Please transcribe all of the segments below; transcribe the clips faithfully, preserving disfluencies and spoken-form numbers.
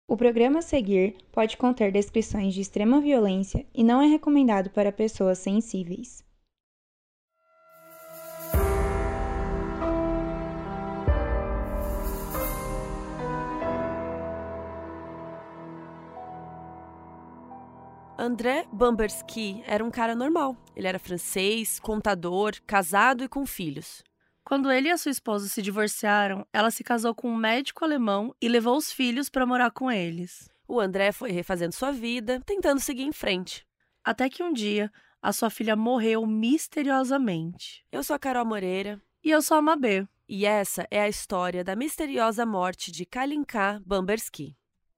O programa a seguir pode conter descrições de extrema violência e não é recomendado para pessoas sensíveis. André Bambersky era um cara normal. Ele era francês, contador, casado e com filhos. Quando ele e a sua esposa se divorciaram, ela se casou com um médico alemão e levou os filhos para morar com eles. O André foi refazendo sua vida, tentando seguir em frente. Até que um dia, a sua filha morreu misteriosamente. Eu sou a Carol Moreira. E eu sou a Mabê. E essa é a história da misteriosa morte de Kalinka Bambersky.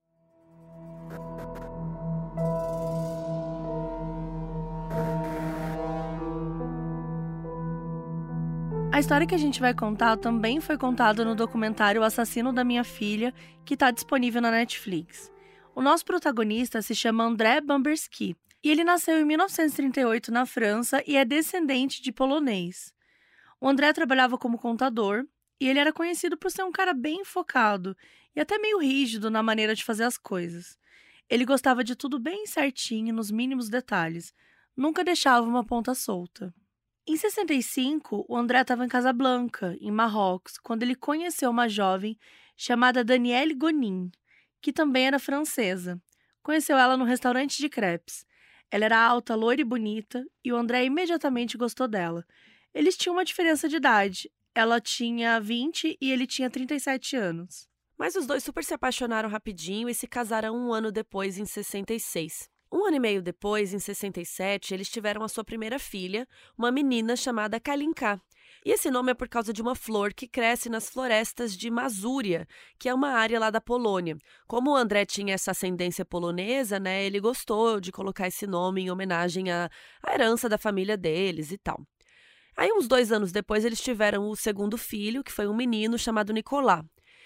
A história que a gente vai contar também foi contada no documentário O Assassino da Minha Filha, que está disponível na Netflix. O nosso protagonista se chama André Bambersky, e ele nasceu em mil novecentos e trinta e oito na França e é descendente de polonês. O André trabalhava como contador, e ele era conhecido por ser um cara bem focado e até meio rígido na maneira de fazer as coisas. Ele gostava de tudo bem certinho, nos mínimos detalhes. Nunca deixava uma ponta solta. Em sessenta e cinco, o André estava em Casablanca, em Marrocos, quando ele conheceu uma jovem chamada Danielle Gonin, que também era francesa. Conheceu ela num restaurante de crepes. Ela era alta, loira e bonita, e o André imediatamente gostou dela. Eles tinham uma diferença de idade. Ela tinha vinte e ele tinha trinta e sete anos. Mas os dois super se apaixonaram rapidinho e se casaram um ano depois, em sessenta e seis. Um ano e meio depois, em sessenta e sete, eles tiveram a sua primeira filha, uma menina chamada Kalinka. E esse nome é por causa de uma flor que cresce nas florestas de Mazúria, que é uma área lá da Polônia. Como o André tinha essa ascendência polonesa, né, ele gostou de colocar esse nome em homenagem à, à herança da família deles e tal. Aí, uns dois anos depois, eles tiveram o segundo filho, que foi um menino chamado Nicolás.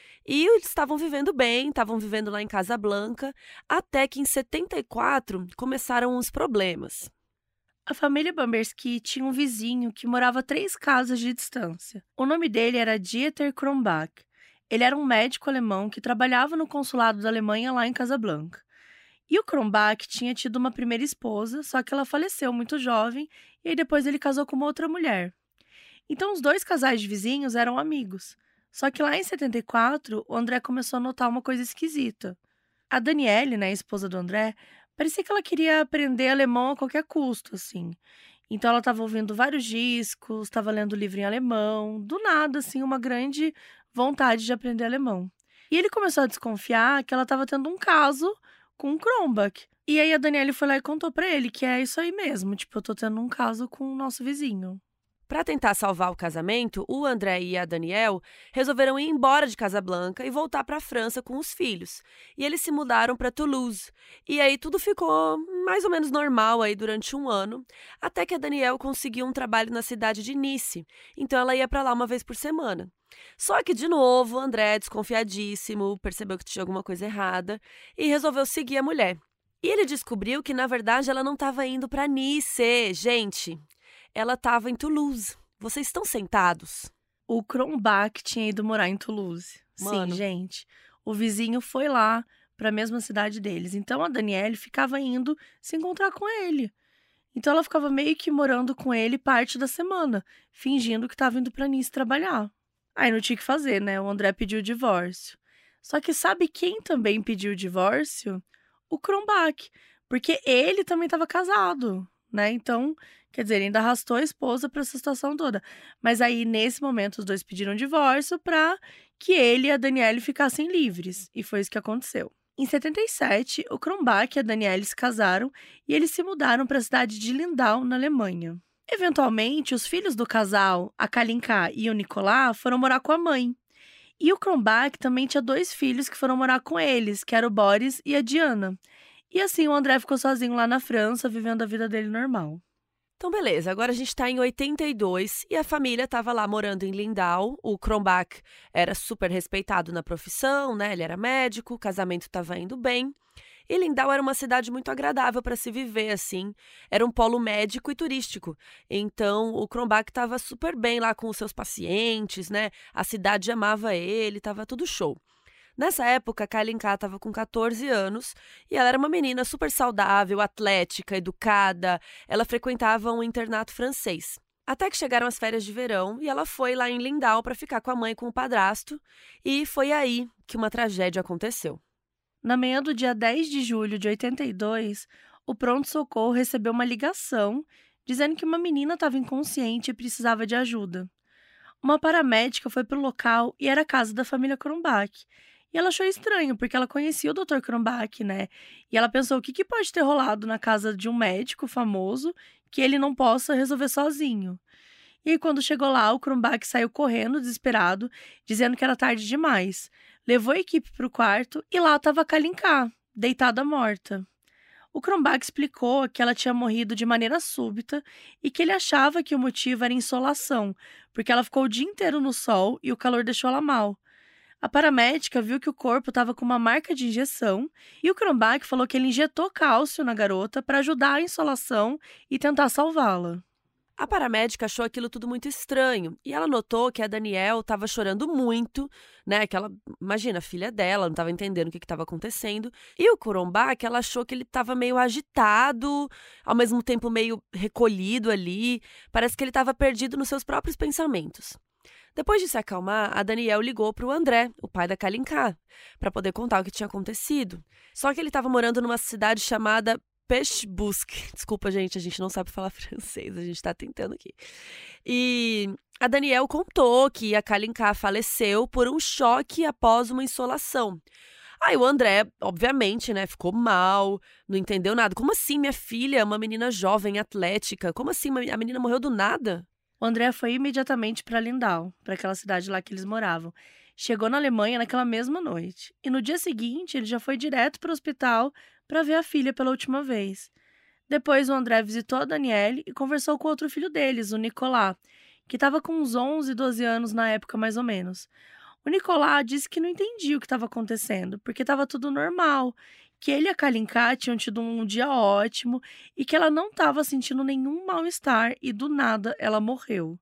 E eles estavam vivendo bem, estavam vivendo lá em Casablanca, até que em setenta e quatro começaram os problemas. A família Bambersky tinha um vizinho que morava a três casas de distância. O nome dele era Dieter Kronbach. Ele era um médico alemão que trabalhava no consulado da Alemanha lá em Casablanca. E o Kronbach tinha tido uma primeira esposa, só que ela faleceu muito jovem e aí depois ele casou com uma outra mulher. Então os dois casais de vizinhos eram amigos. Só que lá em setenta e quatro, o André começou a notar uma coisa esquisita. A Danielle, né, a esposa do André, parecia que ela queria aprender alemão a qualquer custo, assim. Então ela estava ouvindo vários discos, estava lendo livro em alemão, do nada, assim, uma grande vontade de aprender alemão. E ele começou a desconfiar que ela estava tendo um caso com o Kronbach. E aí a Danielle foi lá e contou pra ele que é isso aí mesmo, tipo, eu tô tendo um caso com o nosso vizinho. Para tentar salvar o casamento, o André e a Danielle resolveram ir embora de Casablanca e voltar para a França com os filhos. E eles se mudaram para Toulouse. E aí tudo ficou mais ou menos normal aí durante um ano, até que a Danielle conseguiu um trabalho na cidade de Nice. Então ela ia para lá uma vez por semana. Só que, de novo, o André, desconfiadíssimo, percebeu que tinha alguma coisa errada e resolveu seguir a mulher. E ele descobriu que, na verdade, ela não estava indo para Nice, gente. Ela estava em Toulouse. Vocês estão sentados? O Kronbach tinha ido morar em Toulouse. Mano. Sim, gente. O vizinho foi lá para a mesma cidade deles. Então a Danielle ficava indo se encontrar com ele. Então ela ficava meio que morando com ele parte da semana, fingindo que estava indo para Nice trabalhar. Aí não tinha o que fazer, né? O André pediu o divórcio. Só que sabe quem também pediu o divórcio? O Kronbach. Porque ele também estava casado, né? Então, quer dizer, ele ainda arrastou a esposa para essa situação toda. Mas aí, nesse momento, os dois pediram divórcio para que ele e a Danielle ficassem livres. E foi isso que aconteceu. Em setenta e sete, o Kronbach e a Danielle se casaram e eles se mudaram para a cidade de Lindau, na Alemanha. Eventualmente, os filhos do casal, a Kalinka e o Nicolás, foram morar com a mãe. E o Kronbach também tinha dois filhos que foram morar com eles, que eram o Boris e a Diana. E assim, o André ficou sozinho lá na França, vivendo a vida dele normal. Então, beleza. Agora a gente está em oitenta e dois e a família estava lá morando em Lindau. O Kronbach era super respeitado na profissão, né? Ele era médico, o casamento estava indo bem. E Lindau era uma cidade muito agradável para se viver, assim. Era um polo médico e turístico. Então, o Kronbach estava super bem lá com os seus pacientes, né? A cidade amava ele, estava tudo show. Nessa época, a Kalinka estava com quatorze anos e ela era uma menina super saudável, atlética, educada. Ela frequentava um internato francês. Até que chegaram as férias de verão e ela foi lá em Lindau para ficar com a mãe e com o padrasto. E foi aí que uma tragédia aconteceu. Na manhã do dia dez de julho de oitenta e dois, o pronto-socorro recebeu uma ligação dizendo que uma menina estava inconsciente e precisava de ajuda. Uma paramédica foi para o local e era a casa da família Cronbach. E ela achou estranho, porque ela conhecia o doutor Cronbach, né? E ela pensou, o que, que pode ter rolado na casa de um médico famoso que ele não possa resolver sozinho? E aí, quando chegou lá, o Cronbach saiu correndo, desesperado, dizendo que era tarde demais. Levou a equipe para o quarto e lá estava a Kalinka, deitada morta. O Cronbach explicou que ela tinha morrido de maneira súbita e que ele achava que o motivo era insolação, porque ela ficou o dia inteiro no sol e o calor deixou ela mal. A paramédica viu que o corpo estava com uma marca de injeção e o Cronbach falou que ele injetou cálcio na garota para ajudar a insolação e tentar salvá-la. A paramédica achou aquilo tudo muito estranho e ela notou que a Danielle estava chorando muito, né? Que ela, imagina, a filha dela não estava entendendo o que estava acontecendo. E o Cronbach, ela achou que ele estava meio agitado, ao mesmo tempo meio recolhido ali. Parece que ele estava perdido nos seus próprios pensamentos. Depois de se acalmar, a Danielle ligou para o André, o pai da Kalinka, para poder contar o que tinha acontecido. Só que ele estava morando numa cidade chamada Peshbusk. Desculpa, gente, a gente não sabe falar francês, a gente tá tentando aqui. E a Danielle contou que a Kalinka faleceu por um choque após uma insolação. Aí o André, obviamente, né, ficou mal, não entendeu nada. Como assim, minha filha, uma menina jovem, atlética? Como assim, a menina morreu do nada? O André foi imediatamente para Lindau, para aquela cidade lá que eles moravam. Chegou na Alemanha naquela mesma noite. E no dia seguinte, ele já foi direto para o hospital para ver a filha pela última vez. Depois, o André visitou a Danielle e conversou com outro filho deles, o Nicolas, que estava com uns onze, doze anos na época, mais ou menos. O Nicolas disse que não entendia o que estava acontecendo, porque estava tudo normal, que ele e a Kalinka tinham tido um dia ótimo e que ela não estava sentindo nenhum mal-estar e, do nada, ela morreu.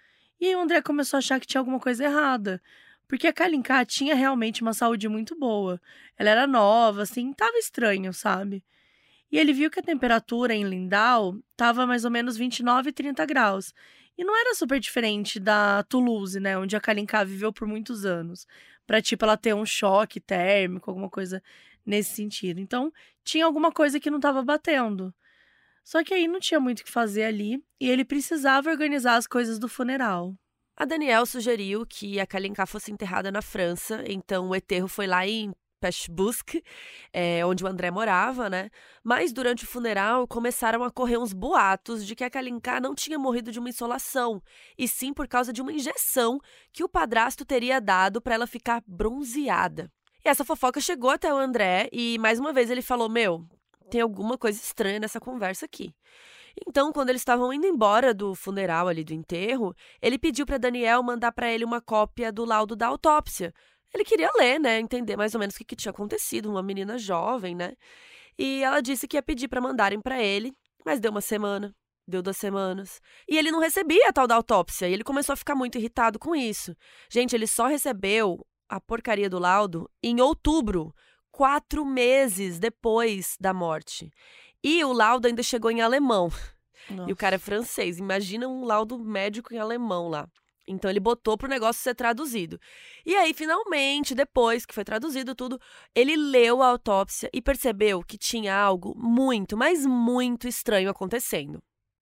E aí o André começou a achar que tinha alguma coisa errada, porque a Kalinka tinha realmente uma saúde muito boa. Ela era nova, assim, tava estranho, sabe? E ele viu que a temperatura em Lindau tava mais ou menos vinte e nove, trinta graus. E não era super diferente da Toulouse, né? Onde a Kalinka viveu por muitos anos. Pra, tipo, ela ter um choque térmico, alguma coisa nesse sentido. Então, tinha alguma coisa que não tava batendo. Só que aí não tinha muito o que fazer ali. E ele precisava organizar as coisas do funeral. A Danielle sugeriu que a Kalinka fosse enterrada na França, então o enterro foi lá em Peshbusk, é, onde o André morava, né? Mas durante o funeral começaram a correr uns boatos de que a Kalinka não tinha morrido de uma insolação, e sim por causa de uma injeção que o padrasto teria dado para ela ficar bronzeada. E essa fofoca chegou até o André e mais uma vez ele falou: meu, tem alguma coisa estranha nessa conversa aqui. Então, quando eles estavam indo embora do funeral ali, do enterro, ele pediu para Danielle mandar para ele uma cópia do laudo da autópsia. Ele queria ler, né, entender mais ou menos o que, que tinha acontecido, uma menina jovem, né? E ela disse que ia pedir para mandarem para ele, mas deu uma semana, deu duas semanas. E ele não recebia a tal da autópsia, e ele começou a ficar muito irritado com isso. Gente, ele só recebeu a porcaria do laudo em outubro, quatro meses depois da morte. E o laudo ainda chegou em alemão. Nossa. E o cara é francês. Imagina um laudo médico em alemão lá. Então ele botou pro negócio ser traduzido. E aí, finalmente, depois que foi traduzido tudo, ele leu a autópsia e percebeu que tinha algo muito, mas muito estranho acontecendo.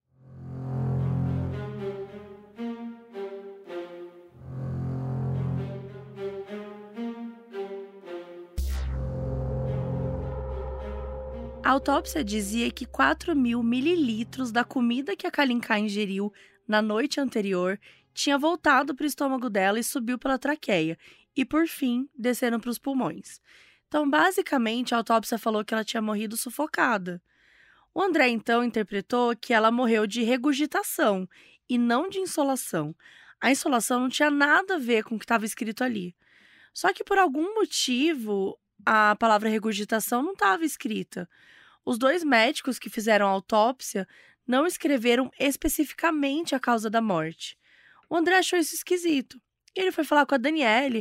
A autópsia dizia que quatro mil mililitros da comida que a Kalinka ingeriu na noite anterior tinha voltado para o estômago dela e subiu pela traqueia, e, por fim, desceram para os pulmões. Então, basicamente, a autópsia falou que ela tinha morrido sufocada. O André, então, interpretou que ela morreu de regurgitação e não de insolação. A insolação não tinha nada a ver com o que estava escrito ali. Só que, por algum motivo, a palavra regurgitação não estava escrita. Os dois médicos que fizeram a autópsia não escreveram especificamente a causa da morte. O André achou isso esquisito. Ele foi falar com a Danielle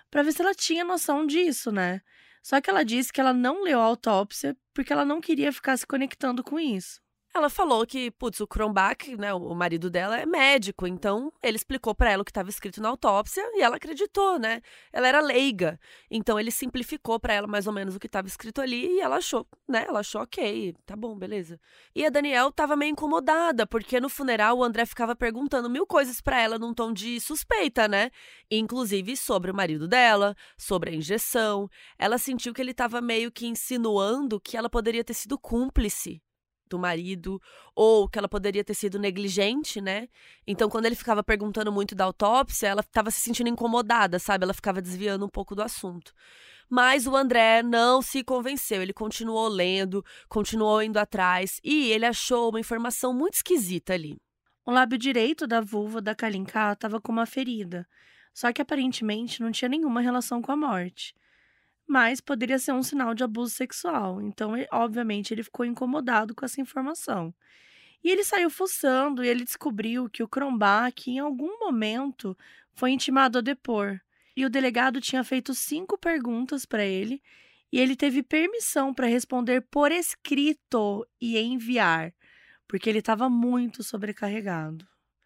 pra ver se ela tinha noção disso, né? Só que ela disse que ela não leu a autópsia porque ela não queria ficar se conectando com isso. Ela falou que, putz, o Cronbach, né, o marido dela, é médico, então ele explicou pra ela o que estava escrito na autópsia e ela acreditou, né? Ela era leiga, então ele simplificou pra ela mais ou menos o que estava escrito ali e ela achou, né? Ela achou ok, tá bom, beleza. E a Danielle tava meio incomodada, porque no funeral o André ficava perguntando mil coisas pra ela num tom de suspeita, né? Inclusive sobre o marido dela, sobre a injeção. Ela sentiu que ele tava meio que insinuando que ela poderia ter sido cúmplice do marido, ou que ela poderia ter sido negligente, né? Então, quando ele ficava perguntando muito da autópsia, ela estava se sentindo incomodada, sabe? Ela ficava desviando um pouco do assunto. Mas o André não se convenceu, ele continuou lendo, continuou indo atrás, e ele achou uma informação muito esquisita ali. O lábio direito da vulva da Kalinka estava com uma ferida, só que aparentemente não tinha nenhuma relação com a morte. Mas poderia ser um sinal de abuso sexual, então, ele- obviamente, ele ficou incomodado com essa informação. E ele saiu fuçando e ele descobriu que o Cronbach, em algum momento, foi intimado a depor. E o delegado tinha feito cinco perguntas para ele e ele teve permissão para responder por escrito e enviar, porque ele estava muito sobrecarregado.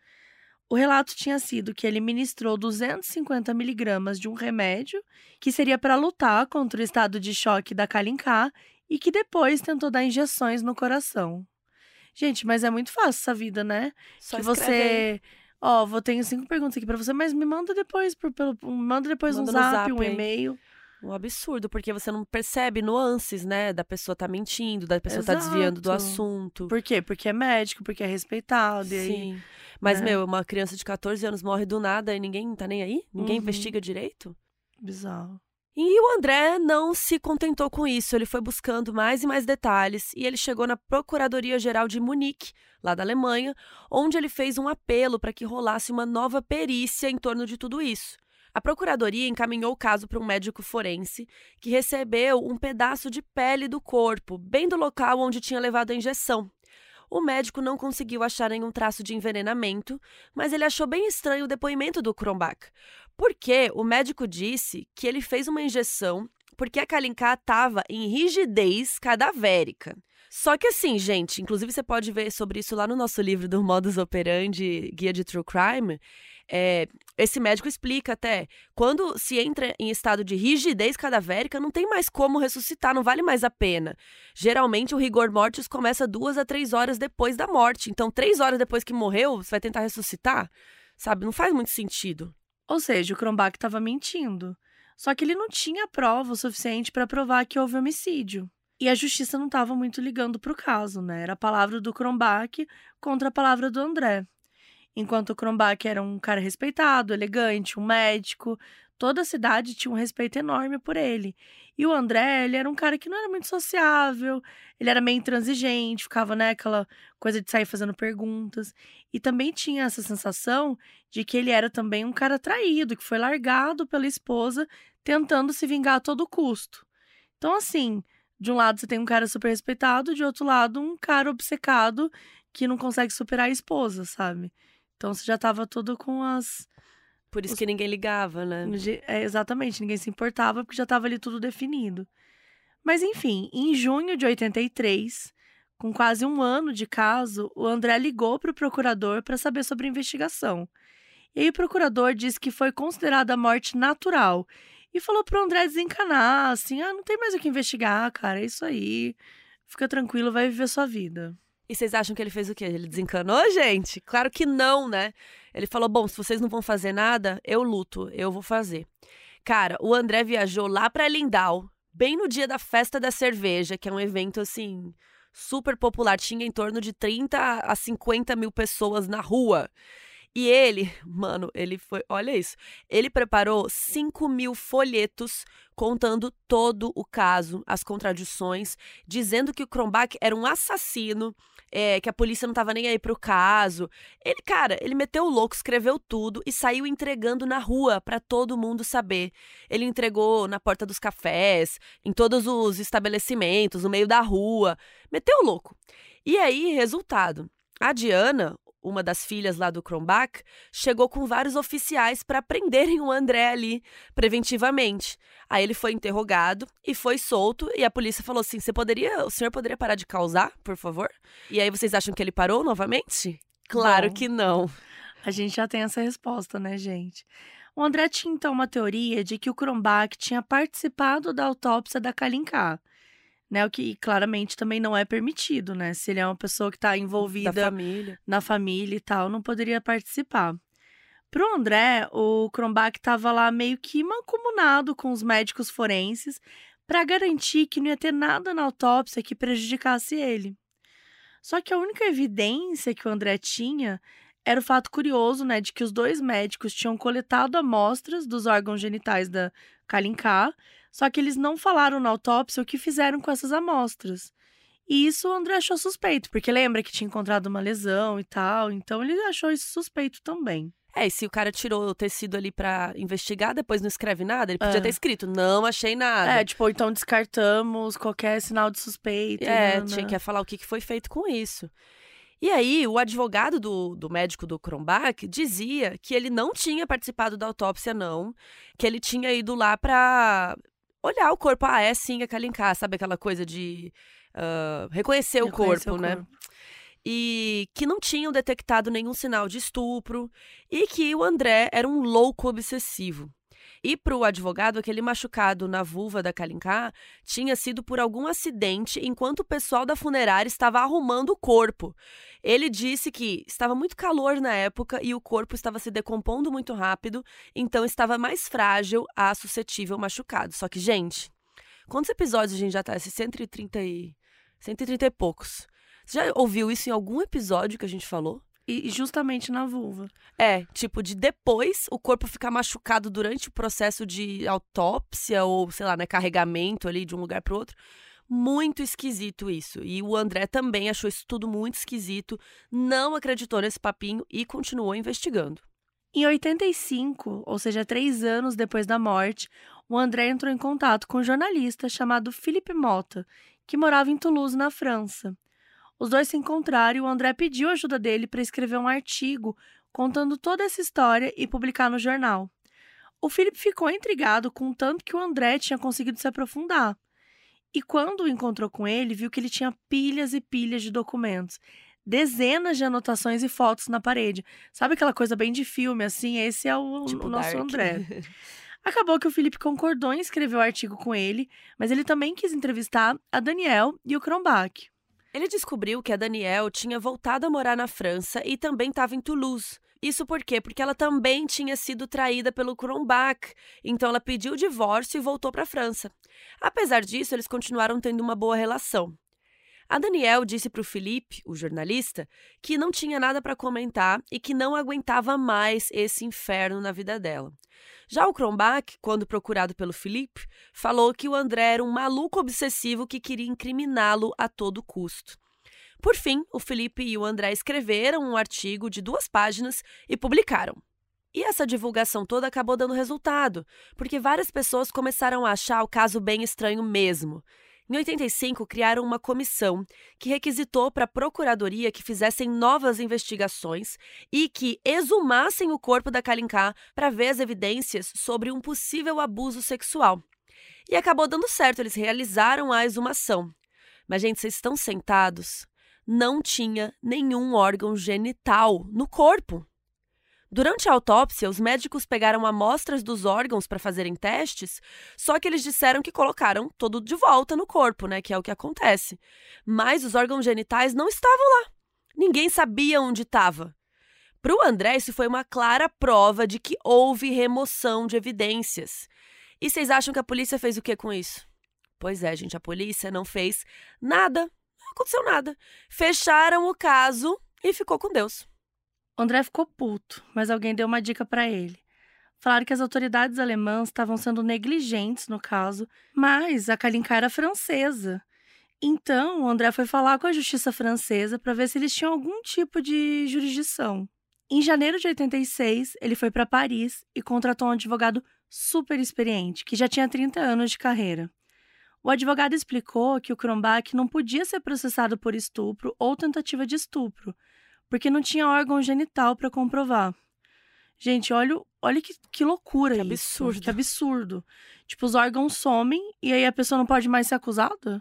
O relato tinha sido que ele ministrou duzentos e cinquenta miligramas de um remédio que seria para lutar contra o estado de choque da Kalinka e que depois tentou dar injeções no coração. Gente, mas é muito fácil essa vida, né? Só que escreve você... aí. Ó, vou ter cinco perguntas aqui pra você, mas me manda depois, por, pelo, manda depois Manda um no zap, zap um aí. e-mail. Um absurdo, porque você não percebe nuances, né? Da pessoa tá mentindo, da pessoa tá desviando do Exato. assunto. Por quê? Porque é médico, porque é respeitado. E aí, Sim. Mas, né? meu, uma criança de catorze anos morre do nada e ninguém tá nem aí? Ninguém Uhum. investiga direito? bizarro. E o André não se contentou com isso, ele foi buscando mais e mais detalhes e ele chegou na Procuradoria-Geral de Munique, lá da Alemanha, onde ele fez um apelo para que rolasse uma nova perícia em torno de tudo isso. A Procuradoria encaminhou o caso para um médico forense que recebeu um pedaço de pele do corpo, bem do local onde tinha levado a injeção. O médico não conseguiu achar nenhum traço de envenenamento, mas ele achou bem estranho o depoimento do Cronbach, porque o médico disse que ele fez uma injeção porque a Kalinka estava em rigidez cadavérica. Só que assim, gente, inclusive você pode ver sobre isso lá no nosso livro do Modus Operandi, Guia de True Crime, é, esse médico explica até, quando se entra em estado de rigidez cadavérica, não tem mais como ressuscitar, não vale mais a pena. Geralmente o rigor mortis começa duas a três horas depois da morte, então três horas depois que morreu, você vai tentar ressuscitar? Sabe, não faz muito sentido. Ou seja, o Cronbach estava mentindo. Só que ele não tinha prova o suficiente para provar que houve homicídio. E a justiça não estava muito ligando para o caso, né? Era a palavra do Cronbach contra a palavra do André. Enquanto o Cronbach era um cara respeitado, elegante, um médico, toda a cidade tinha um respeito enorme por ele. E o André, ele era um cara que não era muito sociável, ele era meio intransigente, ficava, né, aquela coisa de sair fazendo perguntas. E também tinha essa sensação de que ele era também um cara traído, que foi largado pela esposa, tentando se vingar a todo custo. Então, assim, de um lado você tem um cara super respeitado, de outro lado um cara obcecado que não consegue superar a esposa, sabe? Então você já tava todo com as... Por isso Os- que ninguém ligava, né? É, exatamente, ninguém se importava porque já tava ali tudo definido. Mas enfim, em junho de oitenta e três, com quase um ano de caso, o André ligou para o procurador para saber sobre a investigação. E aí o procurador disse que foi considerada a morte natural e falou pro André desencanar, assim, ah, não tem mais o que investigar, cara, é isso aí, fica tranquilo, vai viver sua vida. E vocês acham que ele fez o quê? Ele desencanou, gente? Claro que não, né? Ele falou, bom, se vocês não vão fazer nada, eu luto, eu vou fazer. Cara, o André viajou lá pra Lindau, bem no dia da Festa da Cerveja, que é um evento, assim, super popular. Tinha em torno de trinta a cinquenta mil pessoas na rua. E ele, mano, ele foi, olha isso, ele preparou cinco mil folhetos contando todo o caso, as contradições, dizendo que o Cronbach era um assassino, é, que a polícia não tava nem aí pro caso. Ele, cara, ele meteu o louco, escreveu tudo e saiu entregando na rua pra todo mundo saber. Ele entregou na porta dos cafés, em todos os estabelecimentos, no meio da rua, meteu o louco. E aí, resultado, a Diana, uma das filhas lá do Cronbach, chegou com vários oficiais para prenderem o André ali preventivamente. Aí ele foi interrogado e foi solto, e a polícia falou assim: "Você poderia, o senhor poderia parar de causar, por favor?" E aí vocês acham que ele parou novamente? Claro Bom, que não. A gente já tem essa resposta, né, gente? O André tinha então uma teoria de que o Cronbach tinha participado da autópsia da Kalinka, né? O que claramente também não é permitido, né? Se ele é uma pessoa que está envolvida Da família. na família e tal, não poderia participar. Para o André, o Cronbach estava lá meio que mancomunado com os médicos forenses para garantir que não ia ter nada na autópsia que prejudicasse ele. Só que a única evidência que o André tinha era o fato curioso, né, de que os dois médicos tinham coletado amostras dos órgãos genitais da Kalinka, só que eles não falaram na autópsia o que fizeram com essas amostras. E isso o André achou suspeito, porque lembra que tinha encontrado uma lesão e tal, então ele achou isso suspeito também. É, e se o cara tirou o tecido ali pra investigar, depois não escreve nada, ele podia É. ter escrito: "Não achei nada". É, tipo, então descartamos qualquer sinal de suspeita. É, né, tinha né. que falar o que que foi feito com isso. E aí, o advogado do, do médico do Cronbach dizia que ele não tinha participado da autópsia, não. Que ele tinha ido lá pra olhar o corpo. Ah, é sim a Kalinka, sabe aquela coisa de ah, reconhecer o Reconhecer corpo, o né? corpo. E que não tinham detectado nenhum sinal de estupro e que o André era um louco obsessivo. E para o advogado, aquele machucado na vulva da Kalinka tinha sido por algum acidente enquanto o pessoal da funerária estava arrumando o corpo. Ele disse que estava muito calor na época e o corpo estava se decompondo muito rápido, então estava mais frágil a suscetível machucado. Só que, gente, quantos episódios a gente já tá? Esses cento e trinta e... cento e trinta e poucos. Você já ouviu isso em algum episódio que a gente falou? E e justamente na vulva. É, tipo, de depois o corpo ficar machucado durante o processo de autópsia ou, sei lá, né, carregamento ali de um lugar para outro. Muito esquisito isso. E o André também achou isso tudo muito esquisito, não acreditou nesse papinho e continuou investigando. Em oitenta e cinco, ou seja, três anos depois da morte, o André entrou em contato com um jornalista chamado Philippe Mota, que morava em Toulouse, na França. Os dois se encontraram e o André pediu ajuda dele para escrever um artigo contando toda essa história e publicar no jornal. O Philippe ficou intrigado com o tanto que o André tinha conseguido se aprofundar. E quando o encontrou com ele, viu que ele tinha pilhas e pilhas de documentos, dezenas de anotações e fotos na parede. Sabe aquela coisa bem de filme, assim? Esse é o, Tipo o nosso Dark. André. Acabou que o Philippe concordou em escrever o artigo com ele, mas ele também quis entrevistar a Danielle e o Cronbach. Ele descobriu que a Danielle tinha voltado a morar na França e também estava em Toulouse. Isso por quê? Porque ela também tinha sido traída pelo Cronbach, então ela pediu o divórcio e voltou para a França. Apesar disso, eles continuaram tendo uma boa relação. A Danielle disse para o Philippe, o jornalista, que não tinha nada para comentar e que não aguentava mais esse inferno na vida dela. Já o Cronbach, quando procurado pelo Philippe, falou que o André era um maluco obsessivo que queria incriminá-lo a todo custo. Por fim, o Philippe e o André escreveram um artigo de duas páginas e publicaram. E essa divulgação toda acabou dando resultado, porque várias pessoas começaram a achar o caso bem estranho mesmo. Em oitenta e cinco, criaram uma comissão que requisitou para a Procuradoria que fizessem novas investigações e que exumassem o corpo da Kalinka para ver as evidências sobre um possível abuso sexual. E acabou dando certo, eles realizaram a exumação. Mas, gente, vocês estão sentados? Não tinha nenhum órgão genital no corpo. Durante a autópsia, os médicos pegaram amostras dos órgãos para fazerem testes, só que eles disseram que colocaram tudo de volta no corpo, né, que é o que acontece. Mas os órgãos genitais não estavam lá. Ninguém sabia onde estava. Para o André, isso foi uma clara prova de que houve remoção de evidências. E vocês acham que a polícia fez o que com isso? Pois é, gente, a polícia não fez nada. Não aconteceu nada. Fecharam o caso e ficou com Deus. O André ficou puto, mas alguém deu uma dica para ele. Falaram que as autoridades alemãs estavam sendo negligentes no caso, mas a Kalinka era francesa. Então, o André foi falar com a justiça francesa para ver se eles tinham algum tipo de jurisdição. Em janeiro de oitenta e seis, ele foi para Paris e contratou um advogado super experiente, que já tinha trinta anos de carreira. O advogado explicou que o Cronbach não podia ser processado por estupro ou tentativa de estupro, porque não tinha órgão genital para comprovar. Gente, olha, olha que, que loucura Que isso. absurdo. Que absurdo. Tipo, os órgãos somem e aí a pessoa não pode mais ser acusada?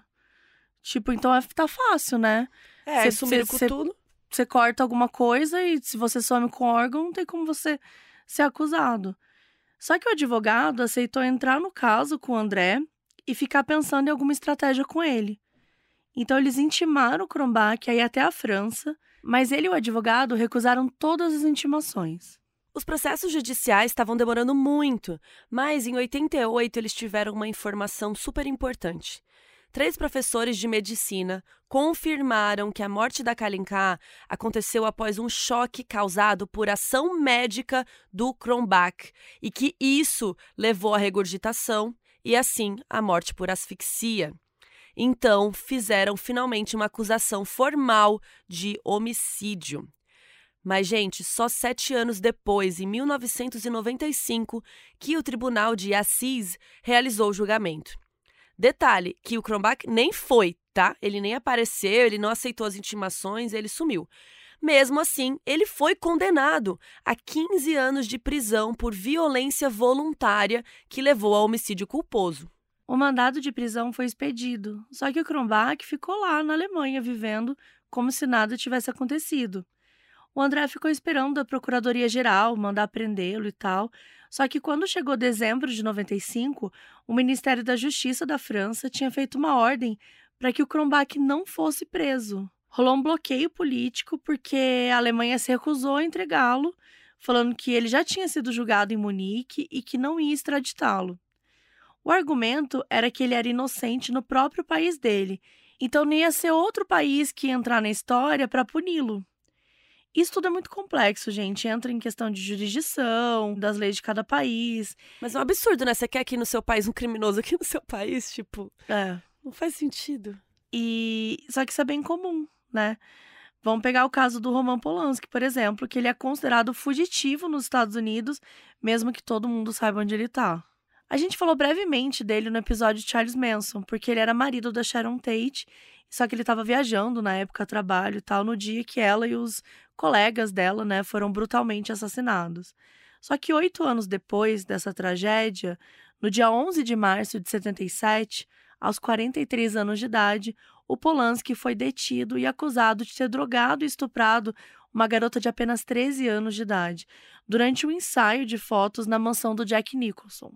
Tipo, então é, tá fácil, né? É, Cê- sumiram cê- com cê- tudo. Você corta alguma coisa e se você some com órgão, não tem como você ser acusado. Só que o advogado aceitou entrar no caso com o André e ficar pensando em alguma estratégia com ele. Então, eles intimaram o Cronbach a ir até a França, mas ele e o advogado recusaram todas as intimações. Os processos judiciais estavam demorando muito, mas em oitenta e oito eles tiveram uma informação super importante. Três professores de medicina confirmaram que a morte da Kalinka aconteceu após um choque causado por ação médica do Cronbach e que isso levou à regurgitação e, assim, à morte por asfixia. Então, fizeram finalmente uma acusação formal de homicídio. Mas, gente, só sete anos depois, em mil novecentos e noventa e cinco, que o Tribunal de Assis realizou o julgamento. Detalhe, que o Cronbach nem foi, tá? Ele nem apareceu, ele não aceitou as intimações, ele sumiu. Mesmo assim, ele foi condenado a quinze anos de prisão por violência voluntária que levou ao homicídio culposo. O mandado de prisão foi expedido, só que o Cronbach ficou lá na Alemanha vivendo como se nada tivesse acontecido. O André ficou esperando a Procuradoria-Geral mandar prendê-lo e tal, só que quando chegou dezembro de noventa e cinco, o Ministério da Justiça da França tinha feito uma ordem para que o Cronbach não fosse preso. Rolou um bloqueio político porque a Alemanha se recusou a entregá-lo, falando que ele já tinha sido julgado em Munique e que não ia extraditá-lo. O argumento era que ele era inocente no próprio país dele, então não ia ser outro país que ia entrar na história para puni-lo. Isso tudo é muito complexo, gente. Entra em questão de jurisdição, das leis de cada país. Mas é um absurdo, né? Você quer aqui no seu país um criminoso aqui no seu país? Tipo, É. não faz sentido. E só que isso é bem comum, né? Vamos pegar o caso do Roman Polanski, por exemplo, que ele é considerado fugitivo nos Estados Unidos, mesmo que todo mundo saiba onde ele tá. A gente falou brevemente dele no episódio de Charles Manson, porque ele era marido da Sharon Tate, só que ele estava viajando na época a trabalho e tal, no dia que ela e os colegas dela, né, foram brutalmente assassinados. Só que oito anos depois dessa tragédia, no dia onze de março de setenta e sete, aos quarenta e três anos de idade, o Polanski foi detido e acusado de ter drogado e estuprado uma garota de apenas treze anos de idade, durante um ensaio de fotos na mansão do Jack Nicholson.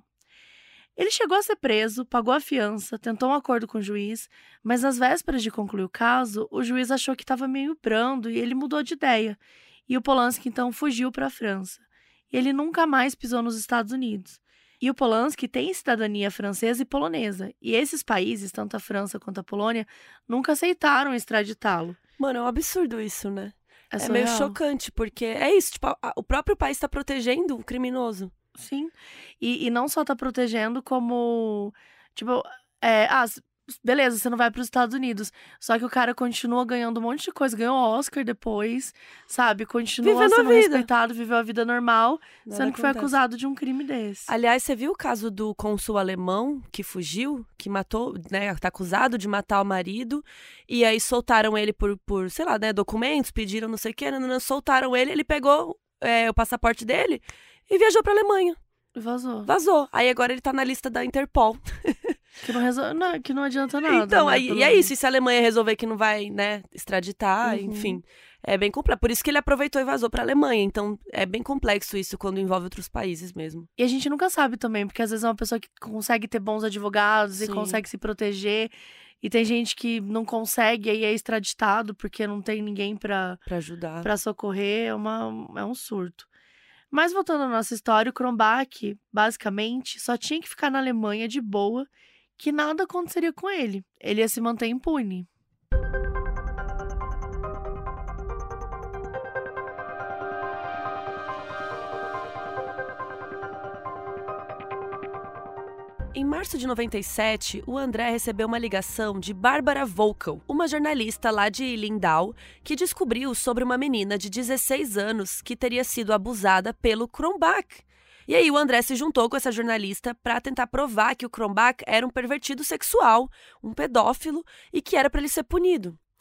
Ele chegou a ser preso, pagou a fiança, tentou um acordo com o juiz, mas às vésperas de concluir o caso, o juiz achou que estava meio brando e ele mudou de ideia. E o Polanski então fugiu para a França. E ele nunca mais pisou nos Estados Unidos. E o Polanski tem cidadania francesa e polonesa. E esses países, tanto a França quanto a Polônia, nunca aceitaram extraditá-lo. Mano, é um absurdo isso, né? É, É meio surreal. chocante, porque é isso, tipo, a- o próprio país tá protegendo um criminoso. Sim. E, e não só tá protegendo, como. Tipo, é, ah, s- beleza, você não vai para os Estados Unidos. Só que o cara continua ganhando um monte de coisa. Ganhou Oscar depois, sabe? Continua Vivendo a sendo vida. respeitado, viveu a vida normal, Nada sendo que foi acontece. acusado de um crime desse. Aliás, você viu o caso do cônsul alemão que fugiu, que matou, né, tá acusado de matar o marido, e aí soltaram ele por, por sei lá, né, documentos, pediram não sei o que, não, não, soltaram ele, ele pegou é, o passaporte dele e viajou pra Alemanha, Vazou. vazou. Aí agora ele tá na lista da Interpol. Que não, resol... não, que não adianta nada. Então, né, aí, pelo e é menos. isso, e se a Alemanha resolver que não vai, né, extraditar, Uhum. enfim, é bem complexo. Por isso que ele aproveitou e vazou pra Alemanha, então é bem complexo isso quando envolve outros países mesmo. E a gente nunca sabe também, porque às vezes é uma pessoa que consegue ter bons advogados e Sim. consegue se proteger. E tem gente que não consegue e aí é extraditado porque não tem ninguém pra, Pra ajudar. pra socorrer. É, uma, é um surto. Mas voltando à nossa história, o Cronbach, basicamente, só tinha que ficar na Alemanha de boa, que nada aconteceria com ele. Ele ia se manter impune. Em março de noventa e sete, o André recebeu uma ligação de Barbara Volkel, uma jornalista lá de Lindau, que descobriu sobre uma menina de dezesseis anos que teria sido abusada pelo Cronbach. E aí o André se juntou com essa jornalista para tentar provar que o Cronbach era um pervertido sexual, um pedófilo e que era para ele ser punido.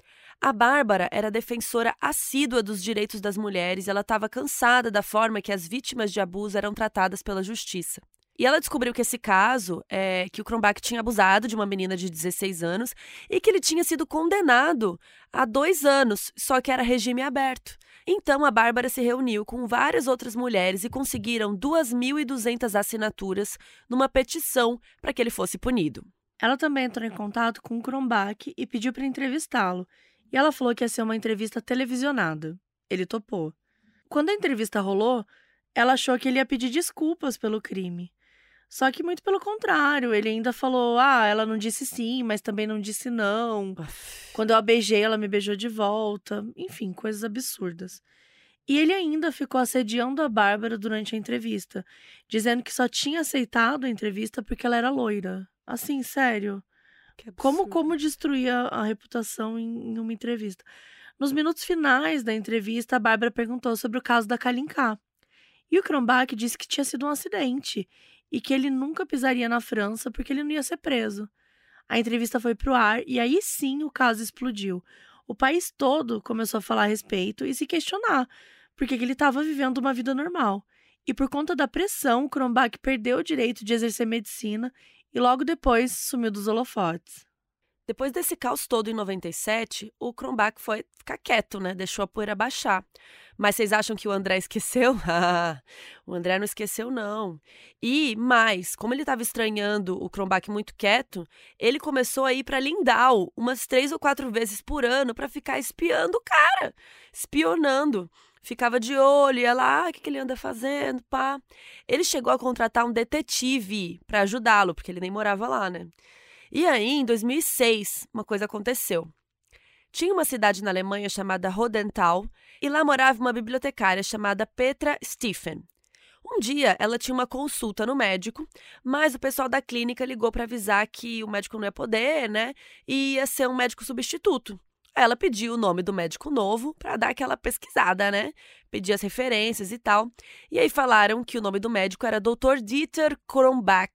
A Bárbara era defensora assídua dos direitos das mulheres e ela estava cansada da forma que as vítimas de abuso eram tratadas pela justiça. E ela descobriu que esse caso, é, que o Cronbach tinha abusado de uma menina de dezesseis anos e que ele tinha sido condenado a dois anos, só que era regime aberto. Então a Bárbara se reuniu com várias outras mulheres e conseguiram duas mil e duzentas assinaturas numa petição para que ele fosse punido. Ela também entrou em contato com o Cronbach e pediu para entrevistá-lo. E ela falou que ia ser uma entrevista televisionada. Ele topou. Quando a entrevista rolou, ela achou que ele ia pedir desculpas pelo crime. Só que muito pelo contrário, ele ainda falou, ah, ela não disse sim, mas também não disse não. Quando eu a beijei, ela me beijou de volta. Enfim, coisas absurdas. E ele ainda ficou assediando a Bárbara durante a entrevista, dizendo que só tinha aceitado a entrevista porque ela era loira. Assim, sério. Como, como destruir a, a reputação em, em uma entrevista? Nos minutos finais da entrevista, a Bárbara perguntou sobre o caso da Kalinka. E o Cronbach disse que tinha sido um acidente e que ele nunca pisaria na França porque ele não ia ser preso. A entrevista foi pro ar e aí sim o caso explodiu. O país todo começou a falar a respeito e se questionar porque ele estava vivendo uma vida normal. E por conta da pressão, o Cronbach perdeu o direito de exercer medicina e logo depois sumiu dos holofotes. Depois desse caos todo em noventa e sete, o Cronbach foi ficar quieto, né? Deixou a poeira baixar. Mas vocês acham que o André esqueceu? Ah, o André não esqueceu, não. E mais, como ele estava estranhando o Cronbach muito quieto, ele começou a ir para Lindau umas três ou quatro vezes por ano para ficar espiando o cara, espionando. Ficava de olho, ia lá, ah, o que, que ele anda fazendo, pá. Ele chegou a contratar um detetive para ajudá-lo, porque ele nem morava lá, né? E aí, em dois mil e seis, uma coisa aconteceu. Tinha uma cidade na Alemanha chamada Rodental, e lá morava uma bibliotecária chamada Petra Stephen. Um dia, ela tinha uma consulta no médico, mas o pessoal da clínica ligou para avisar que o médico não ia poder, né? E ia ser um médico substituto. Ela pediu o nome do médico novo para dar aquela pesquisada, né? Pedir as referências e tal. E aí falaram que o nome do médico era doutor Dieter Cronbach.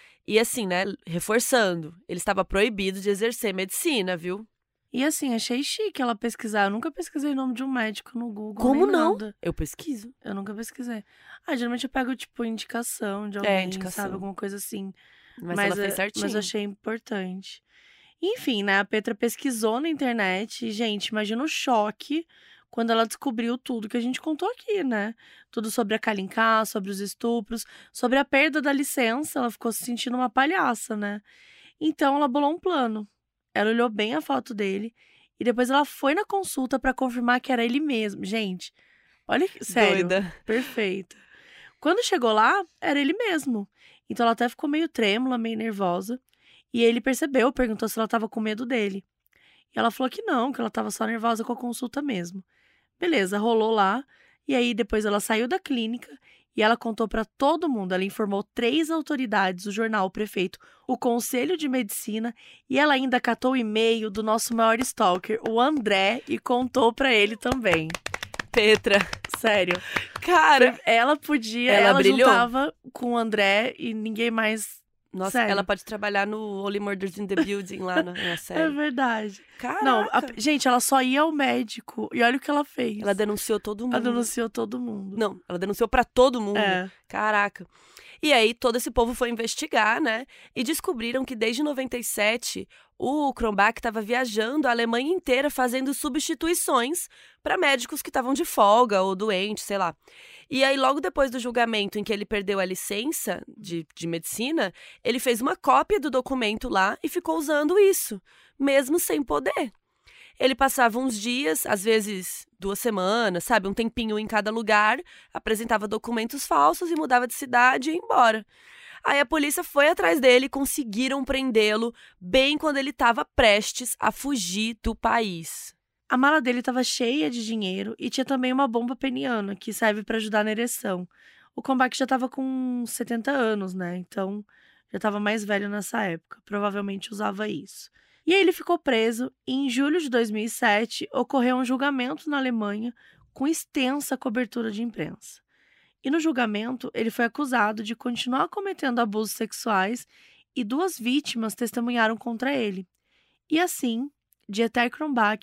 E assim, né? Reforçando, ele estava proibido de exercer medicina, viu? E assim, achei chique ela pesquisar. Eu nunca pesquisei o nome de um médico no Google. Como nem não? Nada. Eu pesquiso. Eu nunca pesquisei. Ah, geralmente eu pego, tipo, indicação de alguém, É, indicação. sabe? Alguma coisa assim. Mas, Mas, ela fez é- certinho. mas eu achei importante. Enfim, né? A Petra pesquisou na internet. E, gente, imagina o choque quando ela descobriu tudo que a gente contou aqui, né? Tudo sobre a Kalinka, sobre os estupros, sobre a perda da licença. Ela ficou se sentindo uma palhaça, né? Então, ela bolou um plano. Ela olhou bem a foto dele e depois ela foi na consulta pra confirmar que era ele mesmo. Gente, olha que... Sério, Doida. perfeito. Quando chegou lá, era ele mesmo. Então, ela até ficou meio trêmula, meio nervosa. E ele percebeu, perguntou se ela estava com medo dele. E ela falou que não, que ela estava só nervosa com a consulta mesmo. Beleza, rolou lá. E aí, depois ela saiu da clínica e ela contou para todo mundo. Ela informou três autoridades, o jornal, o prefeito, o Conselho de Medicina. E ela ainda catou o e-mail do nosso maior stalker, o André, e contou para ele também. Petra. Sério. Cara, Ela podia, Ela ela, brilhou. juntava com o André e ninguém mais... nossa, Sério. ela pode trabalhar no Only Murders in the Building lá na, na É série. verdade. Caraca. Não, a- gente, ela só ia ao médico. E olha o que ela fez. Ela denunciou todo mundo. Ela denunciou todo mundo. Não, ela denunciou pra todo mundo. É. Caraca. E aí, todo esse povo foi investigar, né? E descobriram que desde noventa e sete, o Cronbach estava viajando a Alemanha inteira fazendo substituições para médicos que estavam de folga ou doentes, sei lá. E aí, logo depois do julgamento em que ele perdeu a licença de, de medicina, ele fez uma cópia do documento lá e ficou usando isso, mesmo sem poder. Ele passava uns dias, às vezes duas semanas, sabe? Um tempinho em cada lugar, apresentava documentos falsos e mudava de cidade e ia embora. Aí a polícia foi atrás dele e conseguiram prendê-lo bem quando ele estava prestes a fugir do país. A mala dele estava cheia de dinheiro e tinha também uma bomba peniana, que serve para ajudar na ereção. O Cronbach já estava com setenta anos, né? Então, já estava mais velho nessa época. Provavelmente usava isso. E aí ele ficou preso e em julho de dois mil e sete ocorreu um julgamento na Alemanha com extensa cobertura de imprensa. E no julgamento ele foi acusado de continuar cometendo abusos sexuais e duas vítimas testemunharam contra ele. E assim, Dieter Cronbach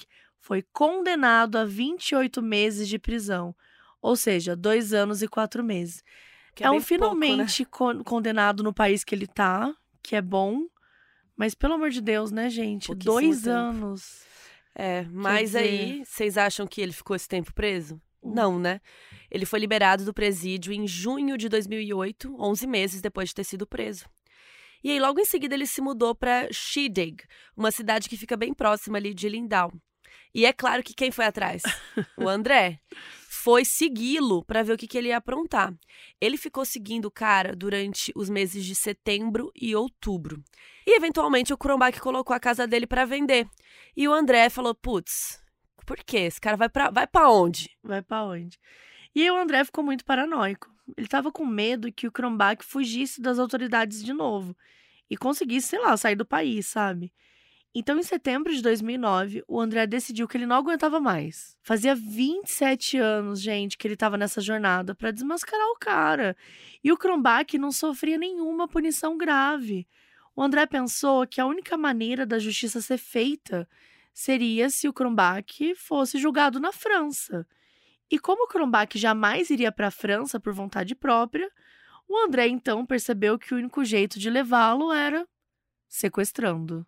foi condenado a vinte e oito meses de prisão. Ou seja, dois anos e quatro meses. Que é é um bem finalmente pouco, né? con- condenado no país que ele tá, que é bom. Mas, pelo amor de Deus, né, gente? Pouquíssimo Dois tempo. anos. É, mas dizer- aí, vocês acham que ele ficou esse tempo preso? Hum. Não, né? Ele foi liberado do presídio em junho de dois mil e oito, onze meses depois de ter sido preso. E aí, logo em seguida, ele se mudou para Sheedig, uma cidade que fica bem próxima ali de Lindau. E é claro que quem foi atrás? O André. Foi segui-lo para ver o que, que ele ia aprontar. Ele ficou seguindo o cara durante os meses de setembro e outubro. E, eventualmente, o Cronbach colocou a casa dele para vender. E o André falou, putz, por quê? Esse cara vai para vai pra onde? Vai pra onde? E aí o André ficou muito paranoico. Ele tava com medo que o Cronbach fugisse das autoridades de novo. E conseguisse, sei lá, sair do país, sabe? Então, em setembro de dois mil e nove, o André decidiu que ele não aguentava mais. Fazia vinte e sete anos, gente, que ele estava nessa jornada para desmascarar o cara. E o Cronbach não sofria nenhuma punição grave. O André pensou que a única maneira da justiça ser feita seria se o Cronbach fosse julgado na França. E como o Cronbach jamais iria para a França por vontade própria, o André então percebeu que o único jeito de levá-lo era sequestrando.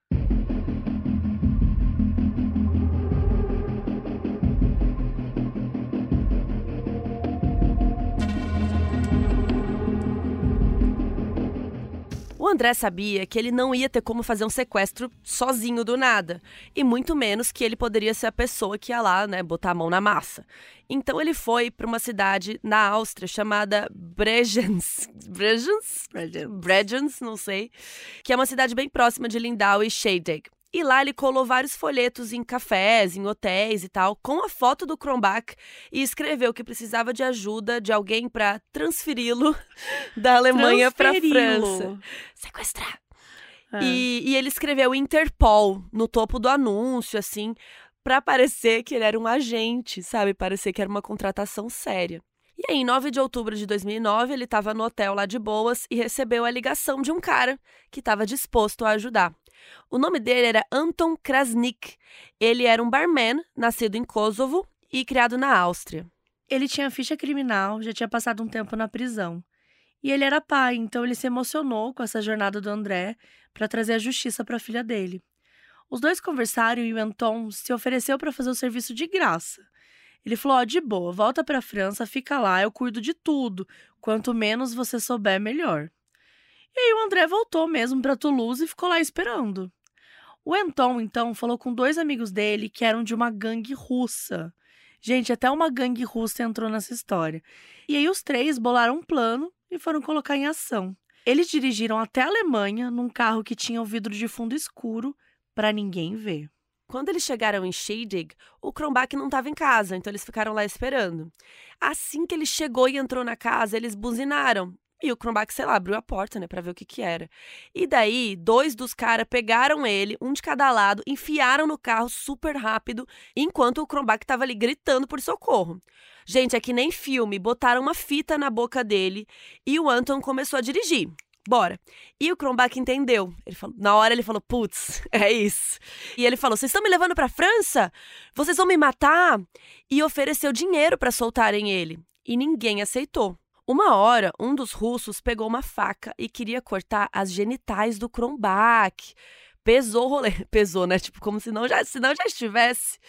O André sabia que ele não ia ter como fazer um sequestro sozinho do nada. E muito menos que ele poderia ser a pessoa que ia lá, né, botar a mão na massa. Então ele foi para uma cidade na Áustria chamada Bregenz. Bregenz? Bregenz. Bregenz, não sei. Que é uma cidade bem próxima de Lindau e Sheedig. E lá ele colou vários folhetos em cafés, em hotéis e tal, com a foto do Cronbach e escreveu que precisava de ajuda de alguém para transferi-lo da Alemanha para França. Sequestrar. É. E, e ele escreveu Interpol no topo do anúncio, assim, para parecer que ele era um agente, sabe? Parecer que era uma contratação séria. E aí, em nove de outubro de dois mil e nove, ele estava no hotel lá de boas e recebeu a ligação de um cara que estava disposto a ajudar. O nome dele era Anton Krasnik. Ele era um barman, nascido em Kosovo e criado na Áustria. Ele tinha ficha criminal, já tinha passado um tempo na prisão. E ele era pai, então ele se emocionou com essa jornada do André para trazer a justiça para a filha dele. Os dois conversaram e o Anton se ofereceu para fazer o serviço de graça. Ele falou, ó, de boa, volta para a França, fica lá, eu cuido de tudo. Quanto menos você souber, melhor. E aí o André voltou mesmo para Toulouse e ficou lá esperando. O Anton, então, falou com dois amigos dele que eram de uma gangue russa. Gente, até uma gangue russa entrou nessa história. E aí os três bolaram um plano e foram colocar em ação. Eles dirigiram até a Alemanha num carro que tinha o vidro de fundo escuro para ninguém ver. Quando eles chegaram em Sheedig, o Cronbach não estava em casa, então eles ficaram lá esperando. Assim que ele chegou e entrou na casa, eles buzinaram. E o Cronbach, sei lá, abriu a porta, né, pra ver o que que era. E daí, dois dos caras pegaram ele, um de cada lado, enfiaram no carro super rápido, enquanto o Cronbach tava ali gritando por socorro. Gente, é que nem filme, botaram uma fita na boca dele e o Anton começou a dirigir. Bora. E o Cronbach entendeu. Ele falou, na hora ele falou, putz, é isso. E ele falou, vocês estão me levando pra França? Vocês vão me matar? E ofereceu dinheiro pra soltarem ele. E ninguém aceitou. Uma hora, um dos russos pegou uma faca e queria cortar as genitais do Cronbach. Pesou o rolê. Pesou, né? Tipo, como se não já, se não já estivesse.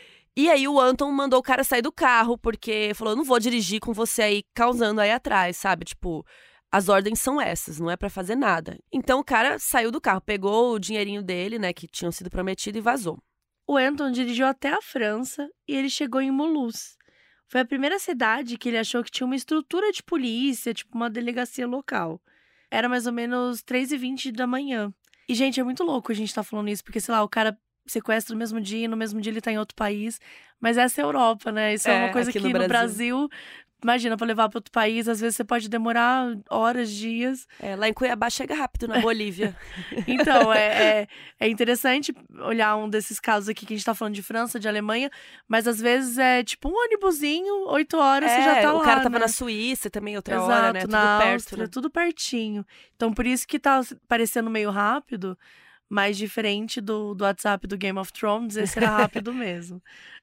E aí o Anton mandou o cara sair do carro, porque falou, não vou dirigir com você aí causando aí atrás, sabe? Tipo, as ordens são essas, não é pra fazer nada. Então o cara saiu do carro, pegou o dinheirinho dele, né, que tinham sido prometido e vazou. O Anton dirigiu até a França e ele chegou em Mulhouse. Foi a primeira cidade que ele achou que tinha uma estrutura de polícia, tipo uma delegacia local. Era mais ou menos três e vinte da manhã. E, gente, é muito louco a gente tá falando isso, porque, sei lá, o cara sequestra no mesmo dia e no mesmo dia ele tá em outro país. Mas essa é a Europa, né? Isso é, É, uma coisa que aqui no no Brasil... Brasil Imagina, pra levar pra outro país, às vezes você pode demorar horas, dias. É, lá em Cuiabá chega rápido, na Bolívia. Então, é, é, é interessante olhar um desses casos aqui que a gente tá falando de França, de Alemanha, mas às vezes é tipo um ônibusinho, oito horas, é, você já tá lá, o cara tava né? na Suíça também outra Exato, hora, né? Tudo na perto, Áustria, né? tudo pertinho. Então, por isso que tá parecendo meio rápido, Mas diferente do, do WhatsApp do Game of Thrones, esse era rápido mesmo.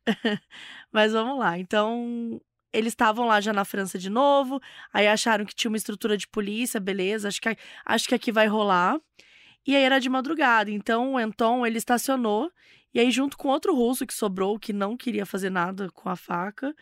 Mas vamos lá. Então, eles estavam lá já na França de novo. Aí acharam que tinha uma estrutura de polícia, beleza. Acho que, acho que aqui vai rolar. E aí era de madrugada. Então, o Anton, ele estacionou. E aí, junto com outro russo que sobrou, que não queria fazer nada com a faca,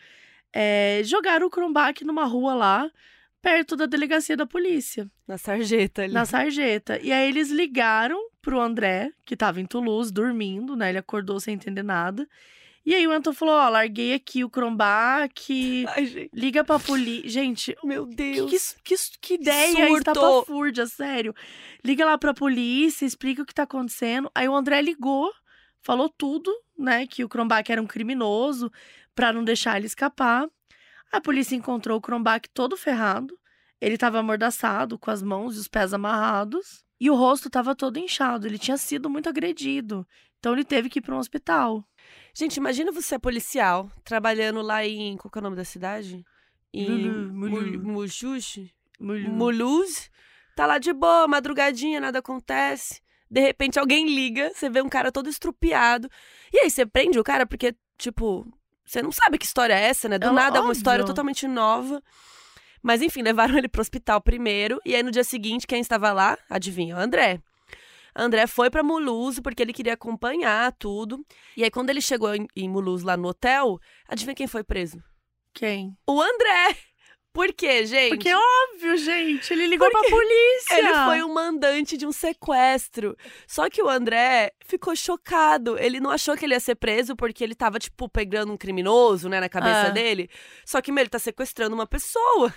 é, jogaram o Kronbach numa rua lá, perto da delegacia da polícia. Na sarjeta ali. Na sarjeta. E aí eles ligaram pro André, que tava em Toulouse, dormindo, né? Ele acordou sem entender nada. E aí o Anton falou, ó, larguei aqui o Kronbach, Ai, gente. Liga pra polícia. Gente, meu Deus. Que, que, que ideia Surto. estapafúrdia, sério. Liga lá pra polícia, explica o que tá acontecendo. Aí o André ligou, falou tudo, né? Que o Kronbach era um criminoso, pra não deixar ele escapar. A polícia encontrou o Kronbach todo ferrado. Ele estava amordaçado, com as mãos e os pés amarrados. E o rosto estava todo inchado. Ele tinha sido muito agredido. Então, ele teve que ir para um hospital. Gente, imagina você é policial, trabalhando lá em... Qual que é o nome da cidade? Em Mulhouse. Mulhouse. Tá lá de boa, madrugadinha, nada acontece. De repente, alguém liga, você vê um cara todo estrupiado. E aí, você prende o cara porque, tipo... Você não sabe que história é essa, né? Do é nada, óbvio. É uma história totalmente nova. Mas, enfim, levaram ele pro hospital primeiro. E aí, no dia seguinte, quem estava lá? Adivinha? O André. André foi pra Mulhouse porque ele queria acompanhar tudo. E aí, quando ele chegou em, em Mulhouse, lá no hotel, adivinha quem foi preso? Quem? O André! Por quê, gente? Porque é óbvio, gente. Ele ligou Porque pra polícia. Ele foi um mandante de um sequestro. Só que o André ficou chocado. Ele não achou que ele ia ser preso porque ele tava, tipo, pegando um criminoso, né, na cabeça Ah. dele. Só que, meu, ele tá sequestrando uma pessoa.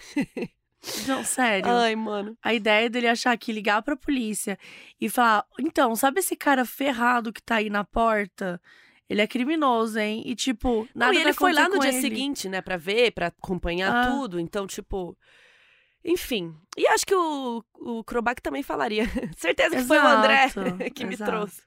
Não, sério. Ai, mano. A ideia dele achar que ligar pra polícia e falar, então, sabe esse cara ferrado que tá aí na porta? Ele é criminoso, hein? E, tipo, nada Não, e ele vai foi lá acontecer no com dia ele. seguinte, né, pra ver, pra acompanhar Ah. tudo. Então, tipo... Enfim. E acho que o, o Kronbach também falaria. Certeza que foi o André Exato, que me exato. trouxe.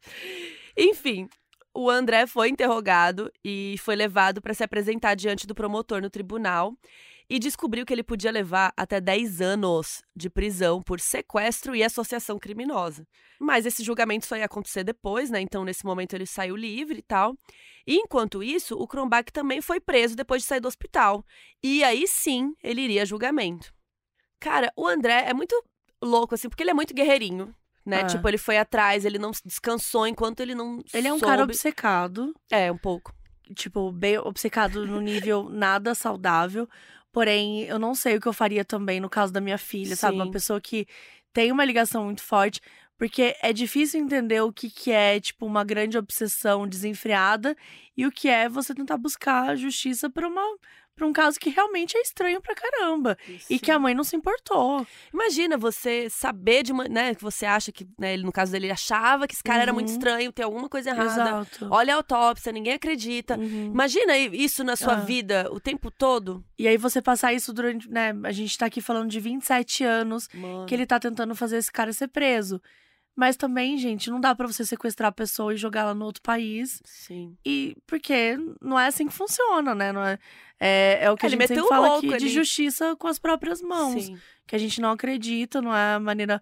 Enfim, o André foi interrogado e foi levado para se apresentar diante do promotor no tribunal e descobriu que ele podia levar até dez anos de prisão por sequestro e associação criminosa. Mas esse julgamento só ia acontecer depois, né? Então, nesse momento, ele saiu livre e tal. E, enquanto isso, o Kronbach também foi preso depois de sair do hospital. E aí, sim, ele iria a julgamento. Cara, o André é muito louco, assim, porque ele é muito guerreirinho, né? É. Tipo, ele foi atrás, ele não descansou enquanto ele não Ele é um soube... cara obcecado. É, um pouco. Tipo, bem obcecado no nível nada saudável. Porém, eu não sei o que eu faria também no caso da minha filha, sabe? Sim. Uma pessoa que tem uma ligação muito forte. Porque é difícil entender o que, que é, tipo, uma grande obsessão desenfreada e o que é você tentar buscar justiça pra, uma, pra um caso que realmente é estranho pra caramba. E que a mãe não se importou. Imagina você saber de uma, né, que você acha que, né, ele, no caso dele, ele achava que esse cara era muito Uhum. estranho, tem alguma coisa errada. Exato. Olha a autópsia, ninguém acredita. Uhum. Imagina isso na sua Ah. vida o tempo todo. E aí você passar isso durante, né? A gente tá aqui falando de vinte e sete anos Mano. que ele tá tentando fazer esse cara ser preso. Mas também, gente, não dá pra você sequestrar a pessoa e jogar ela no outro país. Sim. E porque não é assim que funciona, né? Não é, é, é o que É, a ele gente sempre meteu o fala louco aqui de ali. justiça com as próprias mãos. Sim. Que a gente não acredita, não é a maneira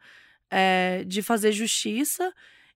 é, de fazer justiça.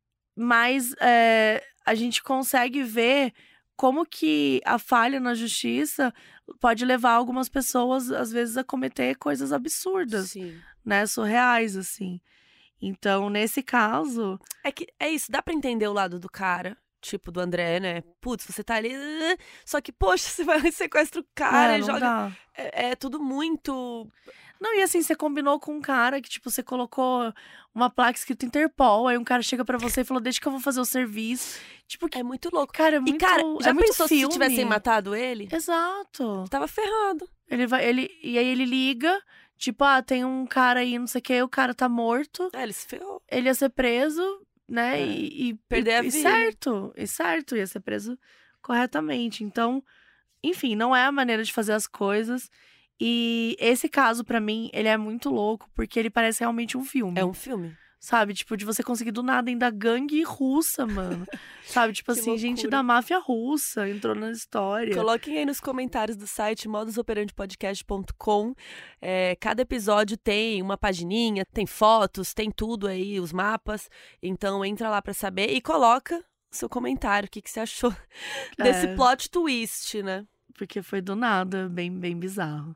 Mas é, a gente consegue ver como que a falha na justiça pode levar algumas pessoas, às vezes, a cometer coisas absurdas, Sim. né? Surreais, assim. Então, nesse caso... É que é isso, dá pra entender o lado do cara, tipo do André, né? Putz, você tá ali. uh, Só que, poxa, você vai lá e sequestra o cara é, e não joga. dá. É, é tudo muito. Não, e assim, você combinou com um cara que, tipo, você colocou uma placa escrita Interpol, aí um cara chega pra você e falou, deixa que eu vou fazer o serviço. Tipo, que, É muito louco. cara, é muito, E, cara, já é muito pensou se filme. tivessem matado ele? Exato. Tava ferrado. Ele vai, ele, e aí ele liga, tipo, ah, tem um cara aí, não sei o que, o cara tá morto, É, ele se ferrou. ele ia ser preso, né, É. e, e... Perder e, a e vida. certo, e certo, ia ser preso corretamente. Então, enfim, não é a maneira de fazer as coisas. E esse caso, pra mim, ele é muito louco, porque ele parece realmente um filme. É um filme. Sabe? Tipo, de você conseguir do nada ainda gangue russa, mano. Sabe? Tipo Que assim, gente loucura. da máfia russa entrou na história. Coloquem aí nos comentários do site modus operandi podcast ponto com. É, cada episódio tem uma pagininha, tem fotos, tem tudo aí, os mapas. Então entra lá pra saber e coloca o seu comentário. O que, que você achou É. desse plot twist, né? Porque foi do nada, bem, bem bizarro.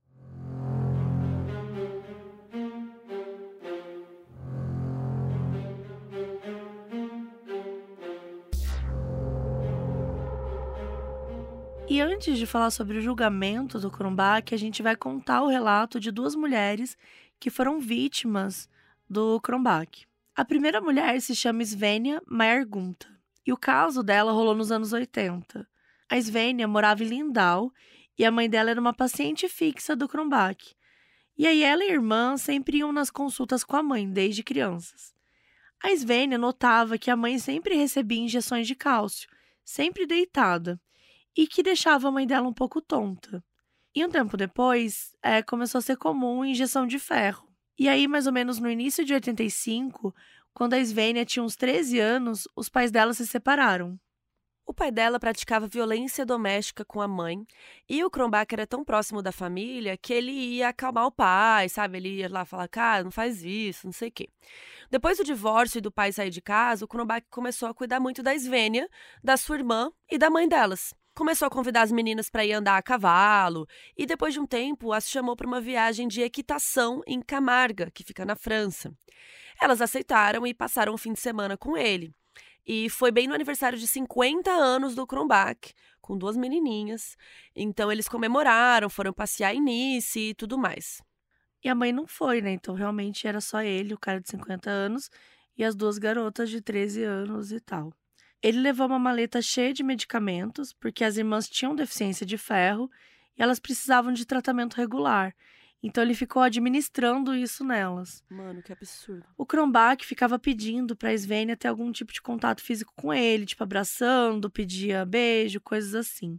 E antes de falar sobre o julgamento do Cronbach, a gente vai contar o relato de duas mulheres que foram vítimas do Cronbach. A primeira mulher se chama Svenja Meyer Gunther, e o caso dela rolou nos anos oitenta. A Svenja morava em Lindau e a mãe dela era uma paciente fixa do Cronbach. E aí ela e a irmã sempre iam nas consultas com a mãe, desde crianças. A Svenja notava que a mãe sempre recebia injeções de cálcio, sempre deitada, e que deixava a mãe dela um pouco tonta. E um tempo depois, é, começou a ser comum injeção de ferro. E aí, mais ou menos no início de oitenta e cinco, quando a Svenja tinha uns treze anos, os pais dela se separaram. O pai dela praticava violência doméstica com a mãe e o Cronbach era tão próximo da família que ele ia acalmar o pai, sabe? Ele ia lá falar, cara, não faz isso, não sei o quê. Depois do divórcio e do pai sair de casa, o Cronbach começou a cuidar muito da Svenja, da sua irmã e da mãe delas. Começou a convidar as meninas para ir andar a cavalo e depois de um tempo as chamou para uma viagem de equitação em Camargue, que fica na França. Elas aceitaram e passaram o fim de semana com ele. E foi bem no aniversário de cinquenta anos do Cronbach, com duas menininhas. Então eles comemoraram, foram passear em Nice e tudo mais. E a mãe não foi, né? Então realmente era só ele, o cara de cinquenta anos, e as duas garotas de treze anos e tal. Ele levou uma maleta cheia de medicamentos, porque as irmãs tinham deficiência de ferro e elas precisavam de tratamento regular. Então ele ficou administrando isso nelas. Mano, que absurdo. O Cronbach ficava pedindo pra Svenja ter algum tipo de contato físico com ele, tipo abraçando, pedia beijo, coisas assim.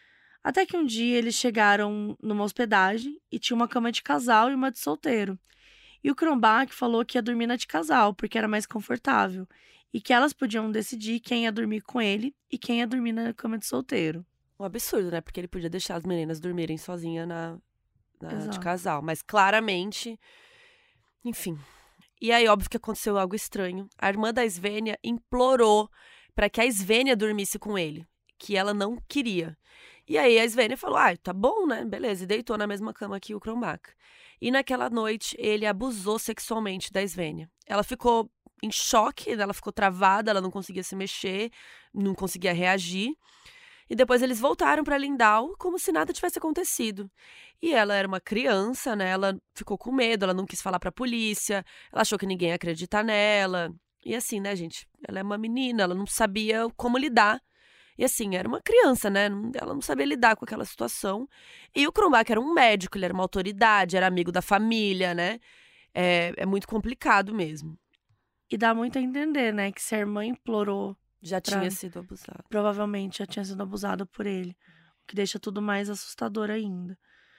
Até que um dia eles chegaram numa hospedagem e tinha uma cama de casal e uma de solteiro. E o Cronbach falou que ia dormir na de casal, porque era mais confortável, e que elas podiam decidir quem ia dormir com ele e quem ia dormir na cama de solteiro. Um absurdo, né? Porque ele podia deixar as meninas dormirem sozinhas na, na de Exato. casal. Mas claramente, enfim. E aí, óbvio que aconteceu algo estranho. A irmã da Svenja implorou para que a Svenja dormisse com ele, que ela não queria. E aí a Svenja falou, ah, tá bom, né? Beleza. E deitou na mesma cama que o Cronbach. E naquela noite, ele abusou sexualmente da Svenja. Ela ficou em choque, ela ficou travada, ela não conseguia se mexer, não conseguia reagir. E depois eles voltaram para Lindau como se nada tivesse acontecido. E ela era uma criança, né? Ela ficou com medo, ela não quis falar para a polícia, ela achou que ninguém ia acreditar nela. E assim, né, gente? Ela é uma menina, ela não sabia como lidar. E assim, era uma criança, né? Ela não sabia lidar com aquela situação. E o Cronbach era um médico, ele era uma autoridade, era amigo da família, né? É, é muito complicado mesmo. E dá muito a entender, né, que se a irmã implorou, Já Pra- tinha sido abusado. provavelmente já tinha sido abusada por ele, o que deixa tudo mais assustador ainda.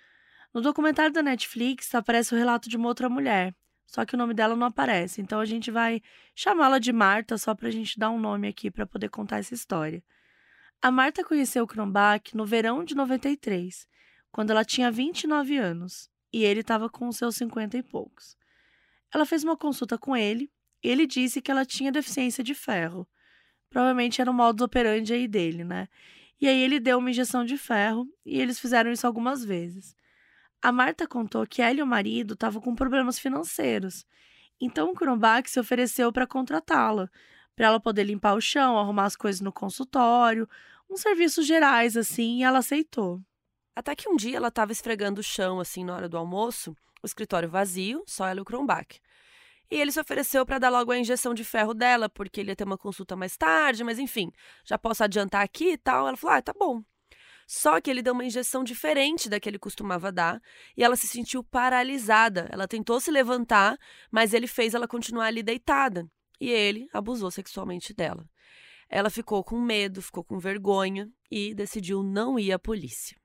No documentário da Netflix aparece o relato de uma outra mulher, só que o nome dela não aparece, então a gente vai chamá-la de Marta só pra gente dar um nome aqui pra poder contar essa história. A Marta conheceu o Cronbach no verão de noventa e três, quando ela tinha vinte e nove anos, e ele estava com os seus cinquenta e poucos. Ela fez uma consulta com ele, e ele disse que ela tinha deficiência de ferro. Provavelmente era o modus operandi aí dele, né? E aí ele deu uma injeção de ferro, e eles fizeram isso algumas vezes. A Marta contou que ela e o marido estavam com problemas financeiros, então o Cronbach se ofereceu para contratá-la, para ela poder limpar o chão, arrumar as coisas no consultório, uns serviços gerais, assim, e ela aceitou. Até que um dia ela estava esfregando o chão, assim, na hora do almoço, o escritório vazio, só ela e o Cronbach. E ele se ofereceu para dar logo a injeção de ferro dela, porque ele ia ter uma consulta mais tarde, mas enfim, já posso adiantar aqui e tal. Ela falou, ah, tá bom. Só que ele deu uma injeção diferente da que ele costumava dar e ela se sentiu paralisada. Ela tentou se levantar, mas ele fez ela continuar ali deitada. E ele abusou sexualmente dela. Ela ficou com medo, ficou com vergonha e decidiu não ir à polícia.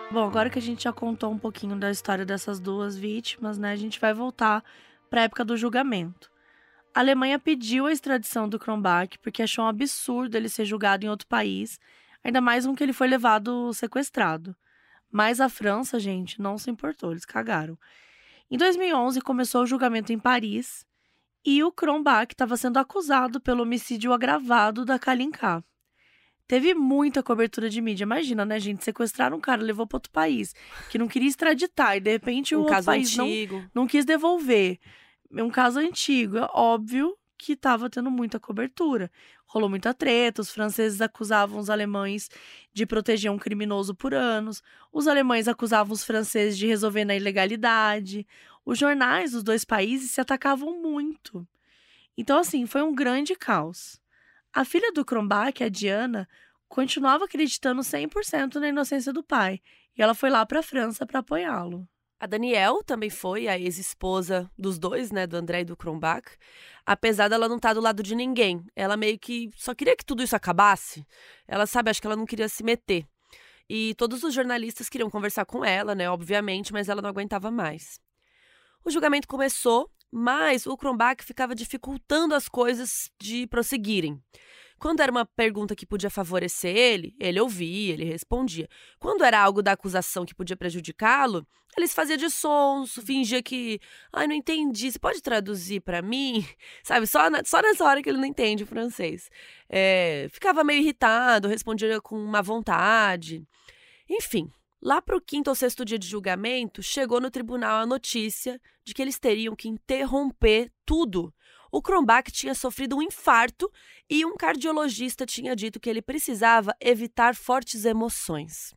Bom, agora que a gente já contou um pouquinho da história dessas duas vítimas, né, a gente vai voltar para a época do julgamento. A Alemanha pediu a extradição do Cronbach porque achou um absurdo ele ser julgado em outro país, ainda mais um que ele foi levado sequestrado. Mas a França, gente, não se importou, eles cagaram. Em dois mil e onze começou o julgamento em Paris e o Cronbach estava sendo acusado pelo homicídio agravado da Kalinka. Teve muita cobertura de mídia. Imagina, né, gente? Sequestraram um cara, levou para outro país, que não queria extraditar, e de repente o Um outro caso país não, antigo. não quis devolver. É um caso antigo, é óbvio que estava tendo muita cobertura. Rolou muita treta, os franceses acusavam os alemães de proteger um criminoso por anos, os alemães acusavam os franceses de resolver na ilegalidade. Os jornais dos dois países se atacavam muito. Então, assim, foi um grande caos. A filha do Cronbach, a Diana, continuava acreditando cem por cento na inocência do pai. E ela foi lá para a França para apoiá-lo. A Danielle também foi a ex-esposa dos dois, né, do André e do Cronbach. Apesar dela não estar do lado de ninguém. Ela meio que só queria que tudo isso acabasse. Ela, sabe, acho que ela não queria se meter. E todos os jornalistas queriam conversar com ela, né, obviamente, mas ela não aguentava mais. O julgamento começou, mas o Cronbach ficava dificultando as coisas de prosseguirem. Quando era uma pergunta que podia favorecer ele, ele ouvia, ele respondia. Quando era algo da acusação que podia prejudicá-lo, ele se fazia de sonso, fingia que... Ai, não entendi, você pode traduzir pra mim? Sabe, só, na, só nessa hora que ele não entende o francês. É, ficava meio irritado, respondia com má vontade. Enfim, lá pro quinto ou sexto dia de julgamento, chegou no tribunal a notícia de que eles teriam que interromper tudo. O Cronbach tinha sofrido um infarto e um cardiologista tinha dito que ele precisava evitar fortes emoções.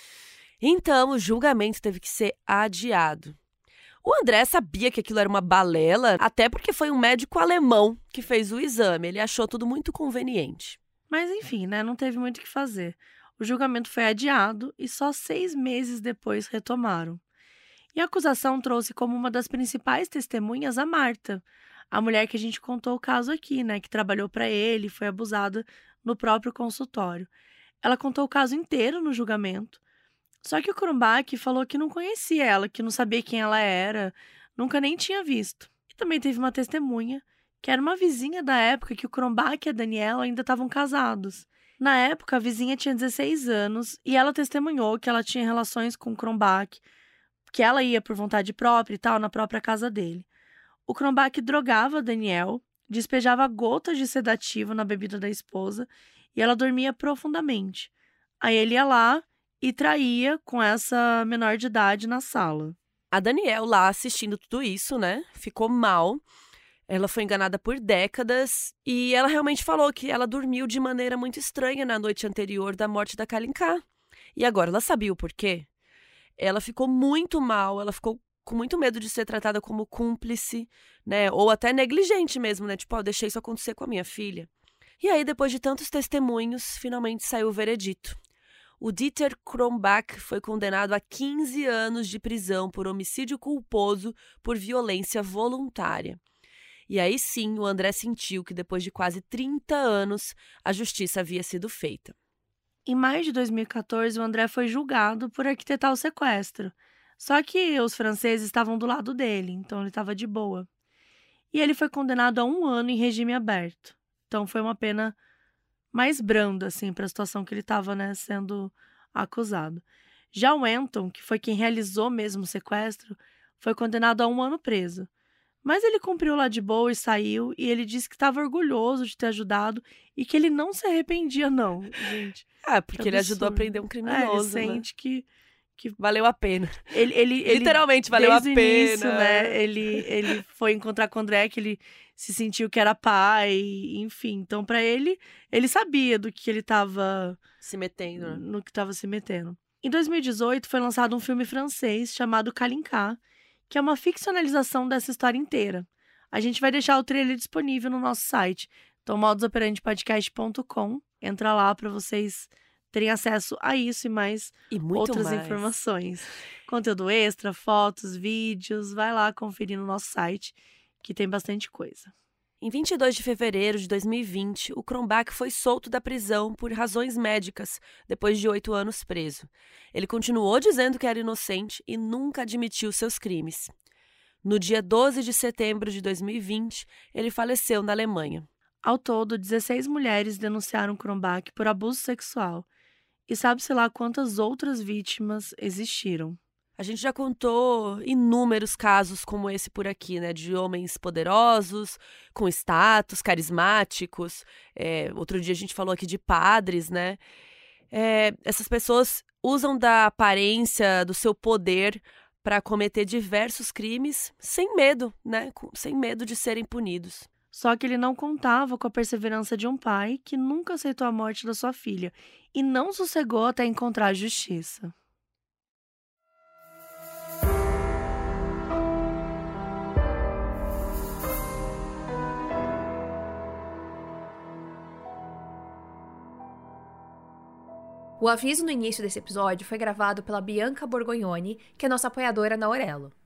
Então, o julgamento teve que ser adiado. O André sabia que aquilo era uma balela, até porque foi um médico alemão que fez o exame. Ele achou tudo muito conveniente. Mas enfim, né, não teve muito o que fazer. O julgamento foi adiado e só seis meses depois retomaram. E a acusação trouxe como uma das principais testemunhas a Marta, a mulher que a gente contou o caso aqui, né, que trabalhou para ele e foi abusada no próprio consultório. Ela contou o caso inteiro no julgamento, só que o Cronbach falou que não conhecia ela, que não sabia quem ela era, nunca nem tinha visto. E também teve uma testemunha, que era uma vizinha da época que o Cronbach e a Daniela ainda estavam casados. Na época, a vizinha tinha dezesseis anos e ela testemunhou que ela tinha relações com o Cronbach, que ela ia por vontade própria e tal, na própria casa dele. O Cronbach drogava a Danielle, despejava gotas de sedativo na bebida da esposa e ela dormia profundamente. Aí ele ia lá e traía com essa menor de idade na sala. A Danielle lá assistindo tudo isso, né, ficou mal. Ela foi enganada por décadas e ela realmente falou que ela dormiu de maneira muito estranha na noite anterior da morte da Kalinka. E agora ela sabia o porquê? Ela ficou muito mal, ela ficou com muito medo de ser tratada como cúmplice, né? Ou até negligente mesmo, né? Tipo, ó, eu deixei isso acontecer com a minha filha. E aí, depois de tantos testemunhos, finalmente saiu o veredito. O Dieter Cronbach foi condenado a quinze anos de prisão por homicídio culposo por violência voluntária. E aí sim, o André sentiu que depois de quase trinta anos, a justiça havia sido feita. Em maio de dois mil e catorze, o André foi julgado por arquitetar o sequestro. Só que os franceses estavam do lado dele, então ele estava de boa. E ele foi condenado a um ano em regime aberto. Então foi uma pena mais branda, assim, para a situação que ele estava, né, sendo acusado. Já o Anton, que foi quem realizou mesmo o sequestro, foi condenado a um ano preso. Mas ele cumpriu lá de boa e saiu, e ele disse que estava orgulhoso de ter ajudado e que ele não se arrependia, não, gente. Ah, porque ele ajudou a prender um criminoso, é, ele né? sente que, que valeu a pena. Ele, ele, ele literalmente valeu a desde pena. O início, né? Ele, ele foi encontrar com o André, que ele se sentiu que era pai, enfim. Então, pra ele, ele sabia do que ele tava se metendo, né? No que tava se metendo. Em dois mil e dezoito, foi lançado um filme francês chamado Kalinka, que é uma ficcionalização dessa história inteira. A gente vai deixar o trailer disponível no nosso site, então modus operandi podcast ponto com. Entra lá para vocês terem acesso a isso e mais e muito outras mais. informações. Conteúdo extra, fotos, vídeos, vai lá conferir no nosso site, que tem bastante coisa. Em vinte e dois de fevereiro de dois mil e vinte, o Cronbach foi solto da prisão por razões médicas, depois de oito anos preso. Ele continuou dizendo que era inocente e nunca admitiu seus crimes. No dia doze de setembro de dois mil e vinte, ele faleceu na Alemanha. Ao todo, dezesseis mulheres denunciaram Cronbach por abuso sexual. E sabe-se lá quantas outras vítimas existiram. A gente já contou inúmeros casos como esse por aqui, né? De homens poderosos, com status, carismáticos. É, outro dia a gente falou aqui de padres, né? É, essas pessoas usam da aparência, do seu poder para cometer diversos crimes sem medo, né? Sem medo de serem punidos. Só que ele não contava com a perseverança de um pai que nunca aceitou a morte da sua filha e não sossegou até encontrar a justiça. O aviso no início desse episódio foi gravado pela Bianca Borgognoni, que é nossa apoiadora na Aurelo.